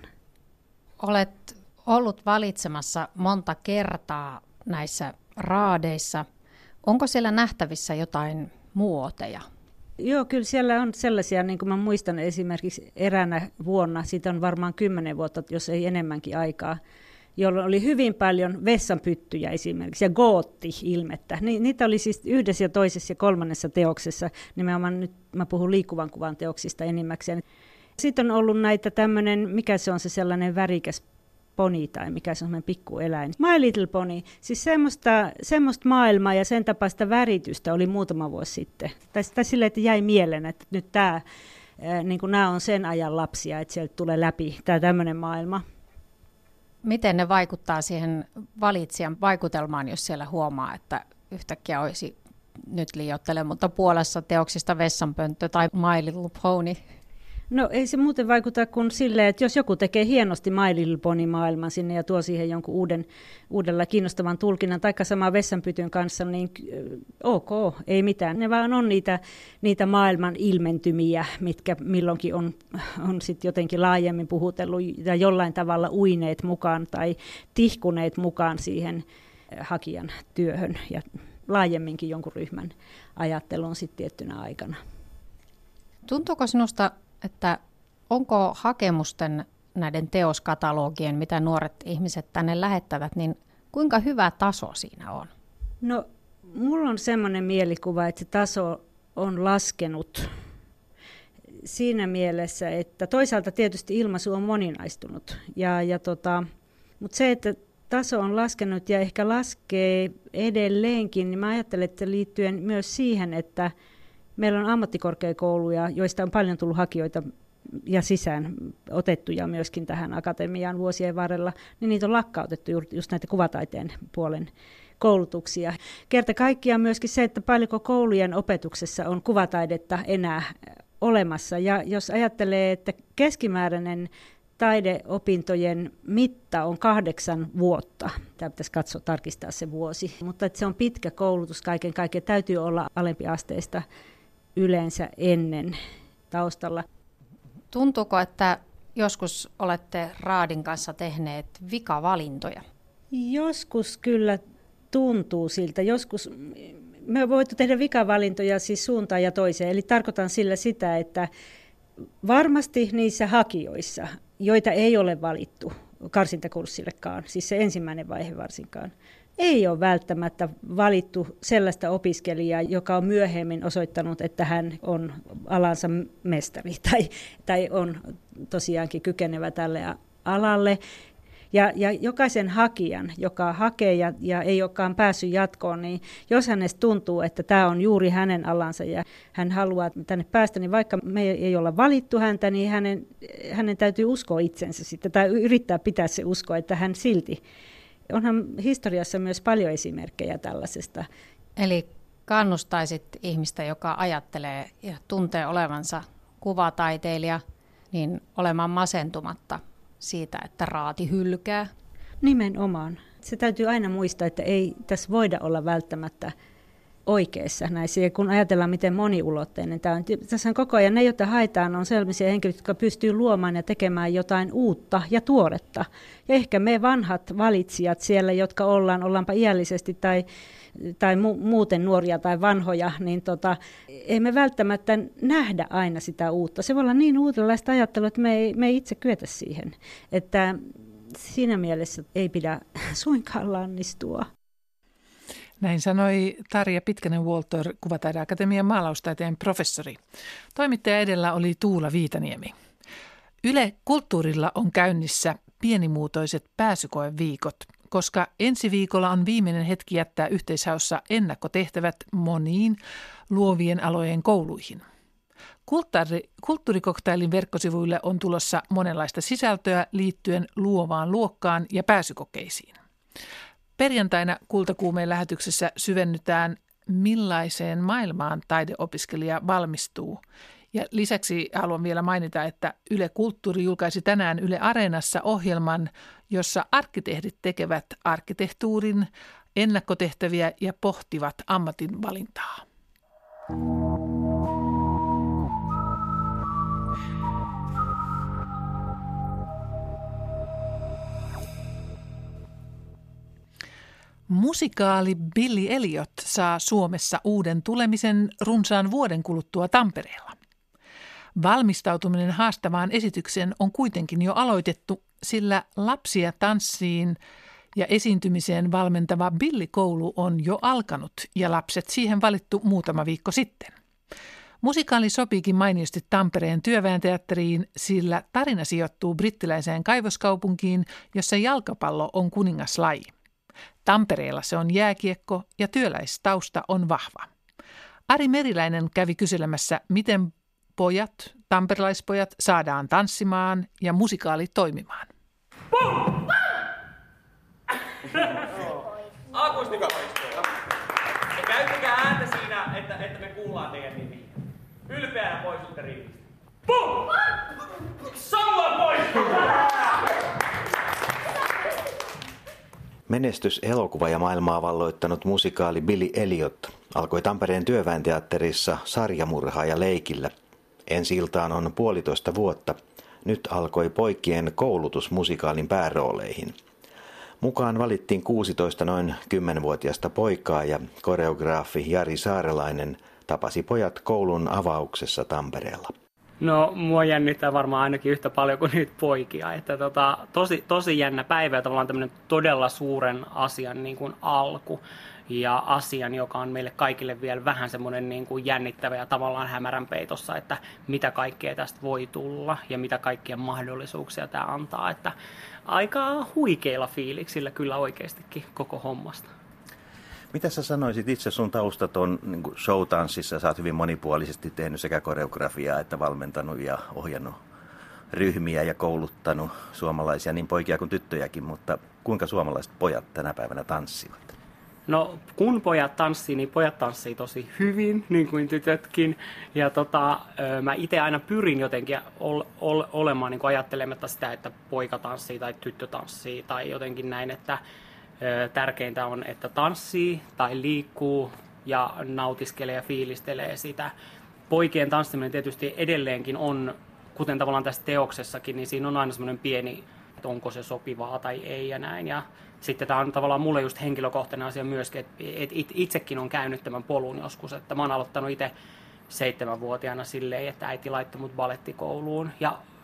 Olet ollut valitsemassa monta kertaa näissä raadeissa. Onko siellä nähtävissä jotain muoteja? Joo, kyllä siellä on sellaisia, niin kuin mä muistan esimerkiksi eräänä vuonna, siitä on varmaan kymmenen vuotta, jos ei enemmänkin aikaa, jolloin oli hyvin paljon vessanpyttyjä esimerkiksi ja gootti-ilmettä. Ni, niitä oli siis yhdessä ja toisessa ja kolmannessa teoksessa, nimenomaan nyt mä puhun liikkuvan kuvan teoksista enimmäkseen. Sitten on ollut näitä tämmöinen, mikä se on se sellainen värikäs poni tai mikä se on semmoinen pikkueläin. My Little Pony, siis semmoista, semmoista maailmaa ja sen tapaista väritystä oli muutama vuosi sitten. Tai, tai silleen, että jäi mieleen, että nyt tämä, niin kuin nämä on sen ajan lapsia, että sieltä tulee läpi tämä tämmöinen maailma. Miten ne vaikuttaa siihen valitsijan vaikutelmaan, jos siellä huomaa, että yhtäkkiä olisi, nyt liioittelen, mutta puolessa teoksista vessanpönttö tai My Little Pony? No ei se muuten vaikuta kuin silleen, että jos joku tekee hienosti My Little Pony-maailman sinne ja tuo siihen jonkun uuden, uudella kiinnostavan tulkinnan, taikka samaa vessanpytyn kanssa, niin ok, ei mitään. Ne vaan on niitä, niitä maailman ilmentymiä, mitkä milloinkin on, on sit jotenkin laajemmin puhutellut ja jollain tavalla uineet mukaan tai tihkuneet mukaan siihen hakijan työhön ja laajemminkin jonkun ryhmän ajatteluun sitten tiettynä aikana. Tuntuuko sinusta, että onko hakemusten näiden teoskatalogien, mitä nuoret ihmiset tänne lähettävät, niin kuinka hyvä taso siinä on? No, mulla on semmoinen mielikuva, että se taso on laskenut siinä mielessä, että toisaalta tietysti ilmaisu on moninaistunut. Ja, ja tota, mutta se, että taso on laskenut ja ehkä laskee edelleenkin, niin mä ajattelen, että liittyen myös siihen, että meillä on ammattikorkeakouluja, joista on paljon tullut hakijoita ja sisään otettuja myöskin tähän akatemiaan vuosien varrella, niin niitä on lakkautettu just näitä kuvataiteen puolen koulutuksia. Kerta kaikkiaan myöskin se, että paljonko koulujen opetuksessa on kuvataidetta enää olemassa. Ja jos ajattelee, että keskimääräinen taideopintojen mitta on kahdeksan vuotta. Tämä pitäisi katsoa, tarkistaa se vuosi. Mutta että se on pitkä koulutus kaiken kaikkiaan. Täytyy olla alempiasteista yleensä ennen taustalla. Tuntuuko, että joskus olette Raadin kanssa tehneet vikavalintoja? Joskus kyllä tuntuu siltä. Joskus me voitu tehdä vikavalintoja siis suuntaan ja toiseen. Eli tarkoitan sillä sitä, että varmasti niissä hakijoissa joita ei ole valittu karsintakurssillekaan, siis se ensimmäinen vaihe varsinkaan, ei ole välttämättä valittu sellaista opiskelijaa, joka on myöhemmin osoittanut, että hän on alansa mestari tai, tai on tosiaankin kykenevä tälle alalle. Ja, ja jokaisen hakijan, joka hakee ja, ja ei olekaan päässyt jatkoon, niin jos hänestä tuntuu, että tämä on juuri hänen alansa ja hän haluaa tänne päästä, niin vaikka me ei olla valittu häntä, niin hänen, hänen täytyy uskoa itsensä sitten tai yrittää pitää se usko, että hän silti. Onhan historiassa myös paljon esimerkkejä tällaisesta. Eli kannustaisit ihmistä, joka ajattelee ja tuntee olevansa kuvataiteilija, niin olemaan masentumatta siitä, että raati hylkää? Nimenomaan. Se täytyy aina muistaa, että ei tässä voida olla välttämättä oikeassa näissä. Ja kun ajatellaan, miten moniulotteinen tämä on. Tässä on koko ajan ne, joita haetaan, on sellaisia henkilöitä, jotka pystyy luomaan ja tekemään jotain uutta ja tuoretta. Ja ehkä me vanhat valitsijat siellä, jotka ollaan, ollaanpa iällisesti tai, tai mu- muuten nuoria tai vanhoja, niin tota, ei me välttämättä nähdä aina sitä uutta. Se voi olla niin uudenlaista ajattelua, että me ei, me ei itse kyetä siihen. Että siinä mielessä ei pidä suinkaan lannistua. Näin sanoi Tarja Pitkänen-Walter, Kuvataideakatemian maalaustaiteen professori. Toimittaja edellä oli Tuula Viitaniemi. Yle Kulttuurilla on käynnissä pienimuotoiset pääsykoeviikot, koska ensi viikolla on viimeinen hetki jättää yhteishaussa ennakkotehtävät moniin luovien alojen kouluihin. Kulttuuri, kulttuurikoktailin verkkosivuille on tulossa monenlaista sisältöä liittyen luovaan luokkaan ja pääsykokeisiin. Perjantaina Kultakuumeen lähetyksessä syvennytään, millaiseen maailmaan taideopiskelija valmistuu. Ja lisäksi haluan vielä mainita, että Yle Kulttuuri julkaisi tänään Yle Areenassa ohjelman, jossa arkkitehdit tekevät arkkitehtuurin ennakkotehtäviä ja pohtivat ammatinvalintaa. Musikaali Billy Elliot saa Suomessa uuden tulemisen runsaan vuoden kuluttua Tampereella. Valmistautuminen haastavaan esitykseen on kuitenkin jo aloitettu, sillä lapsia tanssiin ja esiintymiseen valmentava Billy-koulu on jo alkanut ja lapset siihen valittu muutama viikko sitten. Musikaali sopiikin mainiosti Tampereen työväenteatteriin, sillä tarina sijoittuu brittiläiseen kaivoskaupunkiin, jossa jalkapallo on kuningaslaji. Tampereella se on jääkiekko ja työläistausta on vahva. Ari Meriläinen kävi kyselemässä, miten pojat, tamperelaispojat, saadaan tanssimaan ja musikaali toimimaan. Pum! Akustika. Ja käyttäkää ääntä siinä, että, että me kuullaan teidän nimiä. Ylpeänä poistutte ringistä. Pum! Samuel pois! Menestys elokuva ja maailmaa valloittanut musikaali Billy Elliot alkoi Tampereen työväenteatterissa sarjamurhaaja leikillä. Ensi iltaan on puolitoista vuotta. Nyt alkoi poikien koulutus musikaalin päärooleihin. Mukaan valittiin kuusitoista noin kymmenvuotiaista poikaa ja koreograafi Jari Saarelainen tapasi pojat koulun avauksessa Tampereella. No, mua jännittää varmaan ainakin yhtä paljon kuin niitä poikia. Että tota, tosi, tosi jännä päivä ja tavallaan tämmöinen todella suuren asian niin kuin alku. Ja asian, joka on meille kaikille vielä vähän semmoinen niin kuin jännittävä ja tavallaan hämärän peitossa, että mitä kaikkea tästä voi tulla ja mitä kaikkia mahdollisuuksia tämä antaa. Että aika huikeilla fiiliksillä kyllä oikeastikin koko hommasta. Mitä sä sanoisit itse, sun taustat on niin kuin showtanssissa, sä oot hyvin monipuolisesti tehnyt sekä koreografiaa että valmentanut ja ohjannut ryhmiä ja kouluttanut suomalaisia, niin poikia kuin tyttöjäkin, mutta kuinka suomalaiset pojat tänä päivänä tanssivat? No kun pojat tanssii, niin pojat tanssii tosi hyvin, niin kuin tytötkin. Ja tota, mä itse aina pyrin jotenkin ol, ol, olemaan niin kuin ajattelematta sitä, että poika tanssii tai tyttö tanssii tai jotenkin näin, että tärkeintä on, että tanssii tai liikkuu ja nautiskelee ja fiilistelee sitä. Poikien tanssiminen tietysti edelleenkin on, kuten tavallaan tässä teoksessakin, niin siinä on aina semmoinen pieni, että onko se sopivaa tai ei ja näin. Ja sitten tämä on tavallaan mulle just henkilökohtainen asia myöskin, että itsekin on käynyt tämän polun joskus, että mä oon aloittanut itse seitsemänvuotiaana silleen, että äiti laittoi mut balettikouluun ja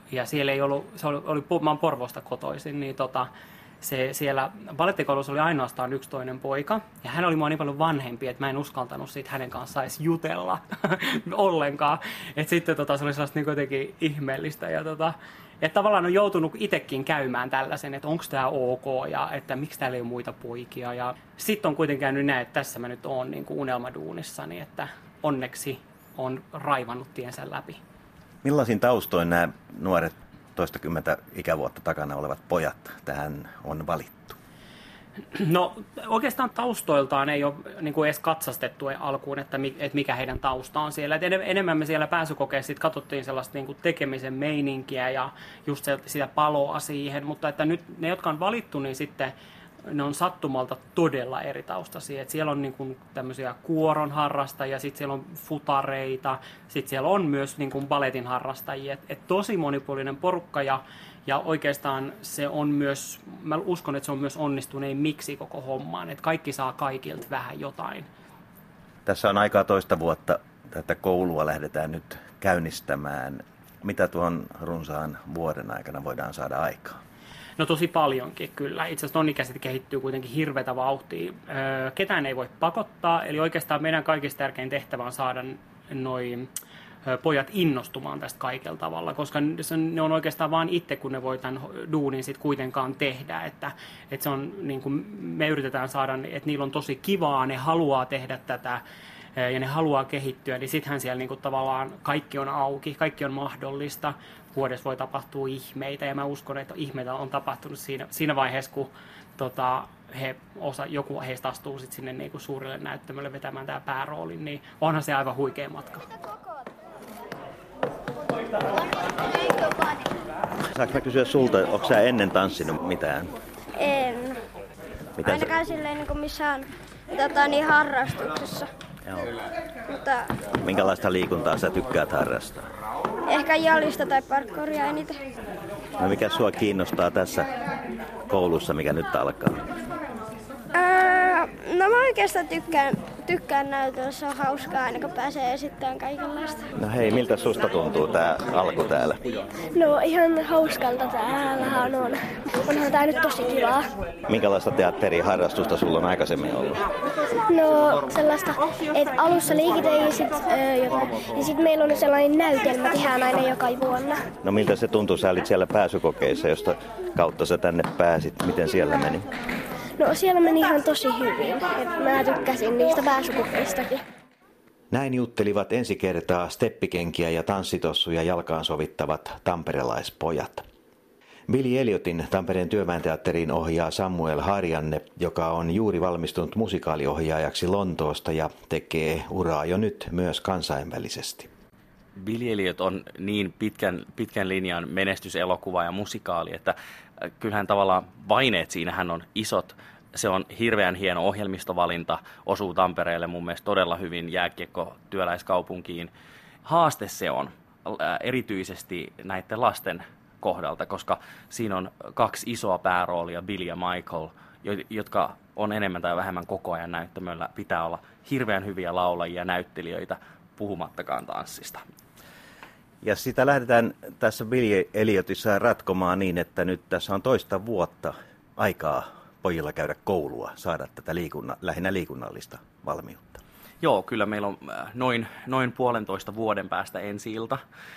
ja siellä ei ollut, se oli, oli mä oon Porvoosta kotoisin, niin tota, se, siellä balettikoulussa oli ainoastaan yksi toinen poika, ja hän oli mua niin paljon vanhempi, että mä en uskaltanut siitä hänen kanssaan edes jutella ollenkaan. Et sitten tota, se oli sellaista niin jotenkin ihmeellistä, ja tota, että tavallaan on joutunut itsekin käymään tällaisen, että onko tämä ok, ja että miksi täällä ei ole muita poikia. Ja sitten on kuitenkin käynyt näin, että tässä mä nyt oon niin kuin unelmaduunissani, että onneksi on raivannut tiensä läpi. Millaisin taustoin nämä nuoret toistakymmentä ikävuotta takana olevat pojat tähän on valittu? No oikeastaan taustoiltaan ei ole niin kuin edes katsastettu alkuun, että mikä heidän tausta on siellä. Et enemmän me siellä pääsykokeessa sit katsottiin sellaista niin kuin tekemisen meininkiä ja just sitä paloa siihen, mutta että nyt ne, jotka on valittu, niin sitten ne on sattumalta todella eri taustaisia. Et siellä on niin kuin tämmöisiä kuoron harrastajia, sitten siellä on futareita, sitten siellä on myös niin kuin balletin harrastajia. Et, et tosi monipuolinen porukka ja, ja oikeastaan se on myös, mä uskon, että se on myös onnistunein miksi koko hommaan, että kaikki saa kaikilta vähän jotain. Tässä on aikaa toista vuotta, tätä koulua lähdetään nyt käynnistämään. Mitä tuon runsaan vuoden aikana voidaan saada aikaan? No tosi paljonkin kyllä. Itse asiassa ton ikäiset kehittyy kuitenkin hirveätä vauhtia. Öö, ketään ei voi pakottaa, eli oikeastaan meidän kaikista tärkein tehtävä on saada noi pojat innostumaan tästä kaikella tavalla, koska ne on oikeastaan vain itse, kun ne voi tämän duunin sit kuitenkaan tehdä. Että, että se on, niin kuin me yritetään saada, että niillä on tosi kivaa, ne haluaa tehdä tätä ja ne haluaa kehittyä, niin sittenhän siellä niin kuin tavallaan kaikki on auki, kaikki on mahdollista. Vuodessa voi tapahtua ihmeitä ja mä uskon, että ihmeitä on tapahtunut siinä, siinä vaiheessa, kun tota, he, osa, joku heistä astuu sit sinne niin kuin suurelle näyttämölle vetämään tämä pääroolin, niin onhan se aivan huikea matka. Saanko mä kysyä sulta, onko sä ennen tanssinut mitään? En. Mitä Ainakaan sä... silleen niin missään tota, niin harrastuksessa. Joo. Mutta minkälaista liikuntaa sä tykkäät harrastaa? ehkä jalista tai parkouria eniten. No mikä sua kiinnostaa tässä koulussa, mikä nyt alkaa? Öö, no mä oikeastaan tykkään, tykkään näytellä, se on hauskaa aina kun pääsee esittämään kaikenlaista. No hei, miltä susta tuntuu tää alku täällä? No ihan hauskalta täällähän on. Onhan tää nyt tosi kivaa. Minkälaista teatteriharrastusta sulla on aikaisemmin ollut? No sellaista, että alussa leikitään ja sit, öö, jotain. Ja sit meillä on sellainen näytelmä, tehdään aina joka vuonna. No miltä se tuntuu? Sä olit siellä pääsykokeissa, josta kautta sä tänne pääsit. Miten siellä meni? No siellä meni ihan tosi hyvin. Et mä tykkäsin niistä pääsykokeistakin. Näin juttelivat ensi kertaa steppikenkiä ja tanssitossuja jalkaan sovittavat tamperelaispojat. Billy Elliotin Tampereen työväenteatteriin ohjaa Samuel Harjanne, joka on juuri valmistunut musikaaliohjaajaksi Lontoosta ja tekee uraa jo nyt myös kansainvälisesti. Billy Elliot on niin pitkän, pitkän linjan menestyselokuva ja musikaali, että kyllähän tavallaan vaineet siinähän on isot. Se on hirveän hieno ohjelmistovalinta, osuu Tampereelle mun mielestä todella hyvin jääkiekko työläiskaupunkiin. Haaste se on erityisesti näiden lasten kohdalta, koska siinä on kaksi isoa pääroolia, Billy ja Michael, jotka on enemmän tai vähemmän koko ajan näyttämöllä. Pitää olla hirveän hyviä laulajia ja näyttelijöitä, puhumattakaan tanssista. Ja sitä lähdetään tässä Billy Elliotissa ratkomaan niin, että nyt tässä on toista vuotta aikaa pojilla käydä koulua, saada tätä liikunna, lähinnä liikunnallista valmiutta. Joo, kyllä meillä on noin, noin puolentoista vuoden päästä ensi-ilta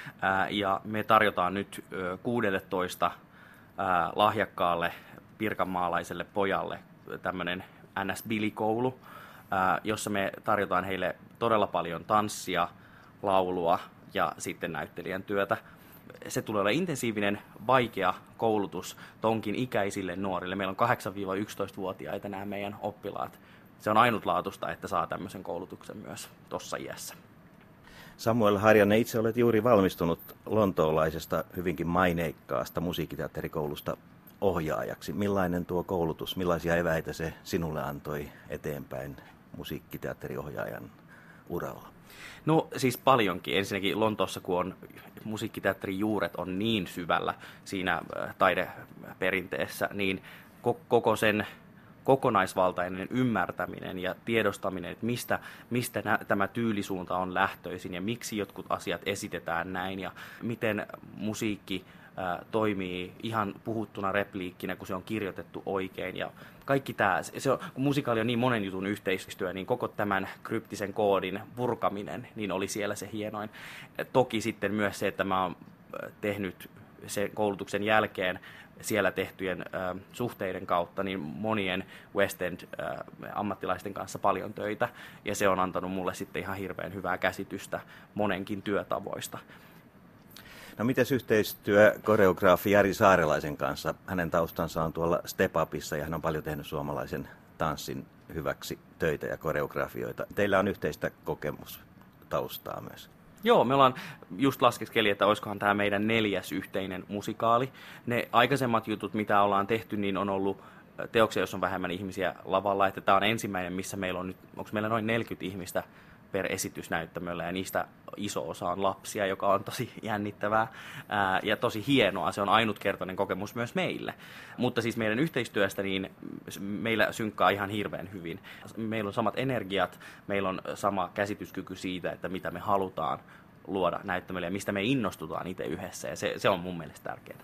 ja me tarjotaan nyt kuudelletoista lahjakkaalle pirkanmaalaiselle pojalle tämmöinen N S-bilikoulu, jossa me tarjotaan heille todella paljon tanssia, laulua ja sitten näyttelijän työtä. Se tulee olla intensiivinen, vaikea koulutus tonkin ikäisille nuorille. Meillä on kahdeksan-yksitoistavuotiaita nämä meidän oppilaat. Se on ainutlaatuista, että saa tämmöisen koulutuksen myös tuossa iässä. Samuel Harjanne, itse olet juuri valmistunut lontoolaisesta hyvinkin maineikkaasta musiikkiteatterikoulusta ohjaajaksi. Millainen tuo koulutus, millaisia eväitä se sinulle antoi eteenpäin musiikkiteatteriohjaajan uralla? No siis paljonkin. Ensinnäkin Lontoossa, kun on musiikkiteatterin juuret on niin syvällä siinä taideperinteessä, niin koko sen kokonaisvaltainen ymmärtäminen ja tiedostaminen, että mistä, mistä nä, tämä tyylisuunta on lähtöisin ja miksi jotkut asiat esitetään näin ja miten musiikki ää, toimii ihan puhuttuna repliikkinä, kun se on kirjoitettu oikein. Ja kaikki tämä, se on, kun musikaali on niin monen jutun yhteistyö, niin koko tämän kryptisen koodin purkaminen niin oli siellä se hienoin. Toki sitten myös se, että mä oon tehnyt sen koulutuksen jälkeen siellä tehtyjen äh, suhteiden kautta niin monien West End äh, ammattilaisten kanssa paljon töitä, ja se on antanut mulle sitten ihan hirveän hyvää käsitystä monenkin työtavoista. No miten yhteistyö koreograafi Jari Saarelaisen kanssa? Hänen taustansa on tuolla Step Upissa ja hän on paljon tehnyt suomalaisen tanssin hyväksi töitä ja koreografioita. Teillä on yhteistä kokemustaustaa myös. Joo, me ollaan just laskeskeli, että olisikohan tämä meidän neljäs yhteinen musikaali. Ne aikaisemmat jutut, mitä ollaan tehty, niin on ollut teoksia, jos on vähemmän ihmisiä lavalla. Että tämä on ensimmäinen, missä meillä on nyt, onko meillä noin neljäkymmentä ihmistä per esitysnäyttämöllä, ja niistä iso osa on lapsia, joka on tosi jännittävää ää, ja tosi hienoa. Se on ainutkertainen kokemus myös meille. Mutta siis meidän yhteistyöstä niin meillä synkkaa ihan hirveän hyvin. Meillä on samat energiat, meillä on sama käsityskyky siitä, että mitä me halutaan luoda näyttämölle ja mistä me innostutaan itse yhdessä, ja se, se on mun mielestä tärkeää.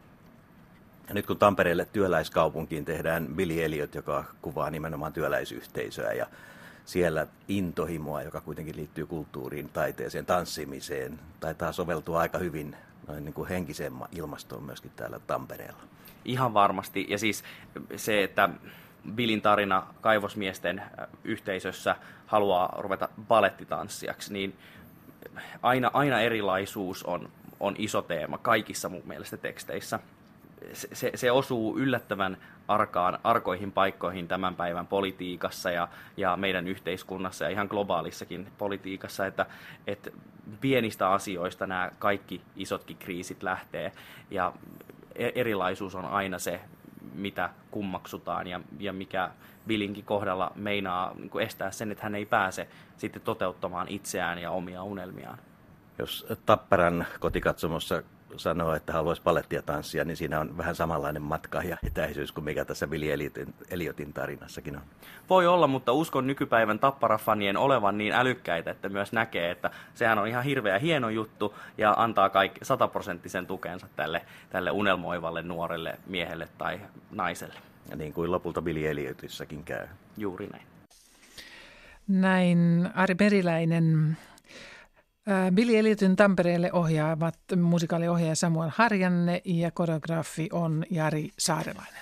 Ja nyt kun Tampereelle työläiskaupunkiin tehdään Billy Elliot, joka kuvaa nimenomaan työläisyhteisöä ja siellä intohimoa, joka kuitenkin liittyy kulttuuriin, taiteeseen, tanssimiseen, taitaa soveltua aika hyvin noin niin kuin henkiseen ilmastoon myöskin täällä Tampereella. Ihan varmasti. Ja siis se, että Billin tarina kaivosmiesten yhteisössä haluaa ruveta balettitanssijaksi, niin aina, aina erilaisuus on, on iso teema kaikissa mun mielestä teksteissä. Se, se, se osuu yllättävän arkaan, arkoihin paikkoihin tämän päivän politiikassa ja, ja meidän yhteiskunnassa ja ihan globaalissakin politiikassa, että, että pienistä asioista nämä kaikki isotkin kriisit lähtee, ja erilaisuus on aina se, mitä kummaksutaan ja, ja mikä Billinkin kohdalla meinaa niin kuin estää sen, että hän ei pääse sitten toteuttamaan itseään ja omia unelmiaan. Jos Tapparan kotikatsomossa sanoo, että haluaisi balettia tanssia, niin siinä on vähän samanlainen matka ja etäisyys kuin mikä tässä Billy Elliotin tarinassakin on. Voi olla, mutta uskon nykypäivän Tappara-fanien olevan niin älykkäitä, että myös näkee, että sehän on ihan hirveä hieno juttu ja antaa kaikki sataprosenttisen tukensa tälle, tälle unelmoivalle nuorelle miehelle tai naiselle. Ja niin kuin lopulta Billy Elliotissakin käy. Juuri näin. Näin Ari Meriläinen. Billy Elliotin Tampereelle ohjaavat musikaaliohjaaja Samuel Harjanne ja koreograafi on Jari Saarelainen.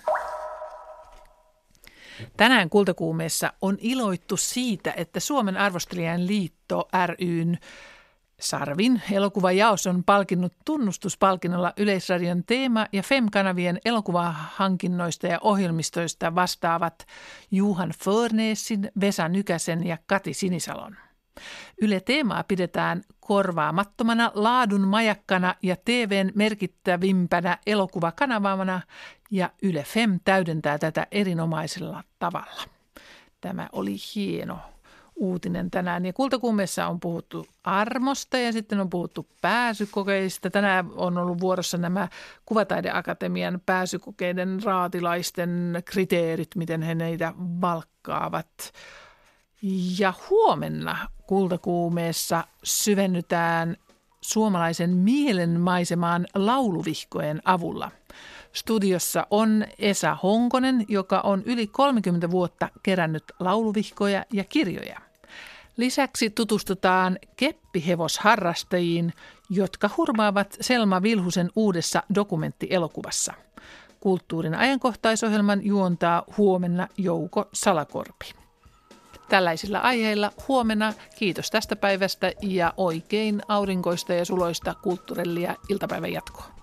Tänään Kultakuumeessa on iloittu siitä, että Suomen arvostelijan liitto ry:n Sarvin elokuvajaos on palkinnut tunnustuspalkinnolla Yleisradion teema- ja F E M-kanavien elokuvahankinnoista ja ohjelmistoista vastaavat Juhan Förnesin, Vesa Nykäsen ja Kati Sinisalon. Yle Teemaa pidetään korvaamattomana laadun majakkana ja T V:n merkittävimpänä elokuvakanavana, ja Yle F E M täydentää tätä erinomaisella tavalla. Tämä oli hieno uutinen tänään. Ja Kultakuumeessa on puhuttu armosta ja sitten on puhuttu pääsykokeista. Tänään on ollut vuorossa nämä Kuvataideakatemian pääsykokeiden raatilaisten kriteerit, miten he neitä valkkaavat. Ja huomenna Kultakuumeessa syvennytään suomalaisen mielenmaisemaan lauluvihkojen avulla. Studiossa on Esa Honkonen, joka on yli kolmekymmentä vuotta kerännyt lauluvihkoja ja kirjoja. Lisäksi tutustutaan keppihevosharrastajiin, jotka hurmaavat Selma Vilhusen uudessa dokumenttielokuvassa. Kulttuurin ajankohtaisohjelman juontaa huomenna Jouko Salakorpi. Tällaisilla aiheilla huomenna. Kiitos tästä päivästä ja oikein aurinkoista ja suloista kulttuurellia iltapäivän jatkoa.